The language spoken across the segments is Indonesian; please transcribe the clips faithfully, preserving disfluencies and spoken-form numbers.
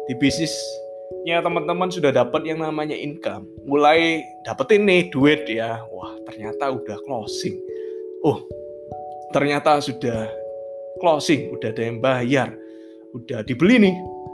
di bisnisnya teman-teman sudah dapat yang namanya income, mulai dapetin nih duit ya, wah ternyata udah closing, oh ternyata sudah closing, udah ada yang bayar, udah dibeli nih.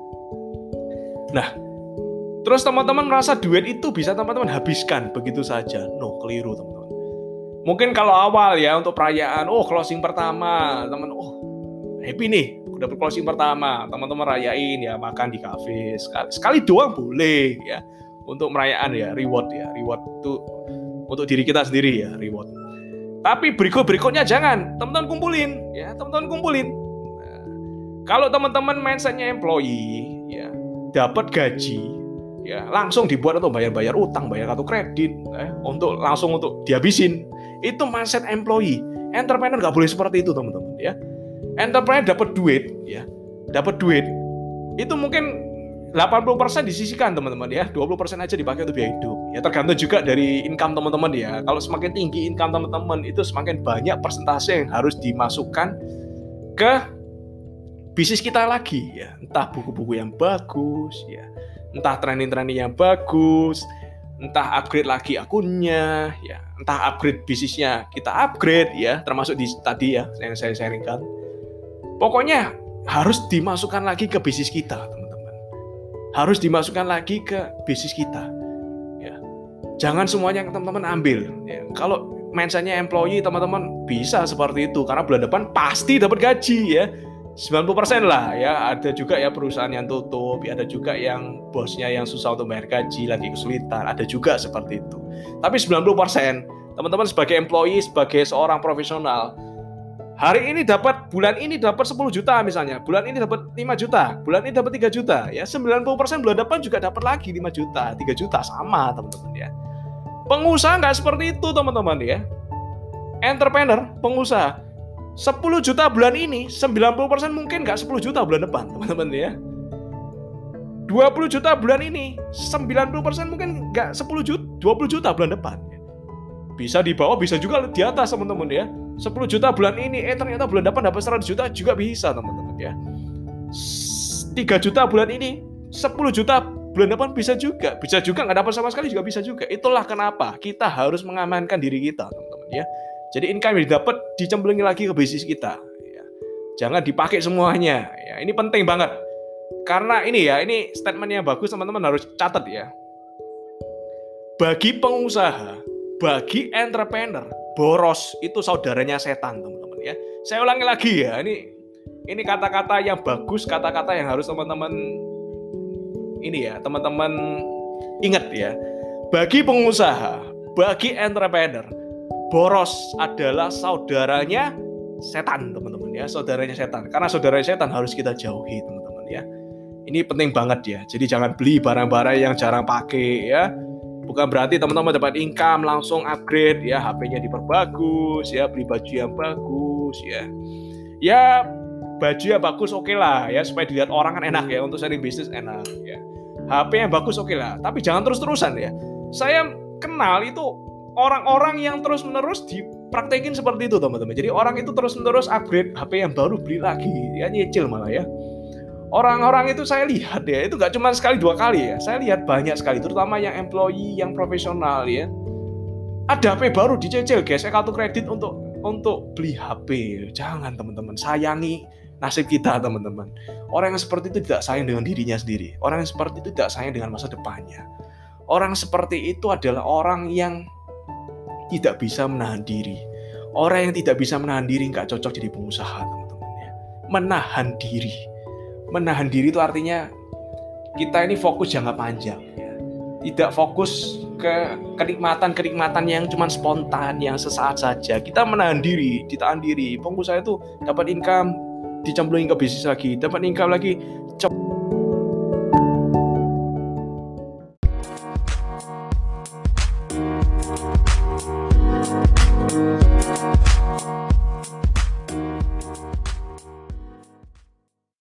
Nah, terus teman-teman merasa duit itu bisa teman-teman habiskan begitu saja. No, keliru teman-teman. Mungkin kalau awal ya untuk perayaan, oh closing pertama, teman, oh happy nih, udah closing pertama, teman-teman rayain ya, makan di kafe sekali, sekali doang boleh ya, untuk merayakan ya, reward ya, reward itu untuk diri kita sendiri ya, reward. Tapi berikut-berikutnya jangan, teman-teman kumpulin ya, teman-teman kumpulin. Nah, kalau teman-teman mindsetnya employee ya, dapat gaji ya, langsung dibuat untuk bayar-bayar utang, bayar kartu kredit, eh, untuk langsung untuk dihabisin. Itu mindset employee. Entrepreneur nggak boleh seperti itu teman-teman ya. Entrepreneur dapat duit ya, dapat duit itu mungkin delapan puluh persen disisihkan teman-teman ya, dua puluh persen aja dipakai untuk biaya hidup ya, tergantung juga dari income teman-teman ya. Kalau semakin tinggi income teman-teman, itu semakin banyak persentase yang harus dimasukkan ke bisnis kita lagi ya, entah buku-buku yang bagus ya, entah training-training yang bagus, entah upgrade lagi akunnya ya, entah upgrade bisnisnya kita upgrade ya, termasuk di tadi ya yang saya sharingkan. Pokoknya harus dimasukkan lagi ke bisnis kita teman-teman, harus dimasukkan lagi ke bisnis kita ya. Jangan semuanya teman-teman ambil ya. Kalau mindsetnya employee teman-teman bisa seperti itu, karena bulan depan pasti dapat gaji ya, sembilan puluh persen lah ya. Ada juga ya perusahaan yang tutup ya, ada juga yang bosnya yang susah untuk bayar gaji, lagi kesulitan, ada juga seperti itu. Tapi sembilan puluh persen teman-teman sebagai employee, sebagai seorang profesional, hari ini dapat, bulan ini dapat sepuluh juta misalnya, bulan ini dapat lima juta, bulan ini dapat tiga juta ya, sembilan puluh persen bulan depan juga dapat lagi lima juta, tiga juta, sama teman-teman ya. Pengusaha nggak seperti itu teman-teman ya. Entrepreneur, pengusaha, sepuluh juta bulan ini, sembilan puluh persen mungkin nggak sepuluh juta bulan depan teman-teman ya. dua puluh juta bulan ini, sembilan puluh persen mungkin nggak sepuluh juta, dua puluh juta bulan depan. Bisa di bawah, bisa juga di atas teman-teman ya. sepuluh juta bulan ini, eh ternyata bulan depan dapat seratus juta juga bisa teman-teman ya. tiga juta bulan ini, sepuluh juta bulan depan bisa juga. Bisa juga nggak dapat sama sekali juga bisa juga. Itulah kenapa kita harus mengamankan diri kita teman-teman ya. Jadi income yang didapat dicemplungin lagi ke bisnis kita ya. Jangan dipakai semuanya ya. Ini penting banget. Karena ini ya, ini statement yang bagus teman-teman harus catat ya. Bagi pengusaha, bagi entrepreneur, boros itu saudaranya setan teman-teman ya. Saya ulangi lagi ya, ini ini kata-kata yang bagus, kata-kata yang harus teman-teman ini ya, teman-teman ingat ya. Bagi pengusaha, bagi entrepreneur, boros adalah saudaranya setan teman-teman ya, saudaranya setan. Karena saudaranya setan harus kita jauhi teman-teman ya. Ini penting banget ya. Jadi jangan beli barang-barang yang jarang pakai ya. Bukan berarti teman-teman dapat income langsung upgrade ya, H P-nya diperbagus ya, beli baju yang bagus ya. Ya baju yang bagus oke okay lah ya, supaya dilihat orang kan enak ya, untuk sharing bisnis enak ya. H P yang bagus oke okay lah, tapi jangan terus-terusan ya. Saya kenal itu orang-orang yang terus-menerus dipraktekin seperti itu teman-teman. Jadi orang itu terus-menerus upgrade H P yang baru, beli lagi ya, nyicil malah ya. Orang-orang itu saya lihat ya, itu nggak cuma sekali dua kali ya, saya lihat banyak sekali, terutama yang employee, yang profesional ya. Ada H P baru dicicil, gesek kartu kredit untuk untuk beli H P. Jangan teman-teman, sayangi nasib kita teman-teman. Orang yang seperti itu tidak sayang dengan dirinya sendiri. Orang yang seperti itu tidak sayang dengan masa depannya. Orang seperti itu adalah orang yang tidak bisa menahan diri. Orang yang tidak bisa menahan diri nggak cocok jadi pengusaha teman-teman ya. Menahan diri. Menahan diri itu artinya kita ini fokus jangka panjang ya. Tidak fokus ke kenikmatan-kenikmatan yang cuma spontan, yang sesaat saja. Kita menahan diri, ditahan diri. Pengusaha itu dapat income, dicemplungin ke bisnis lagi, dapat income lagi,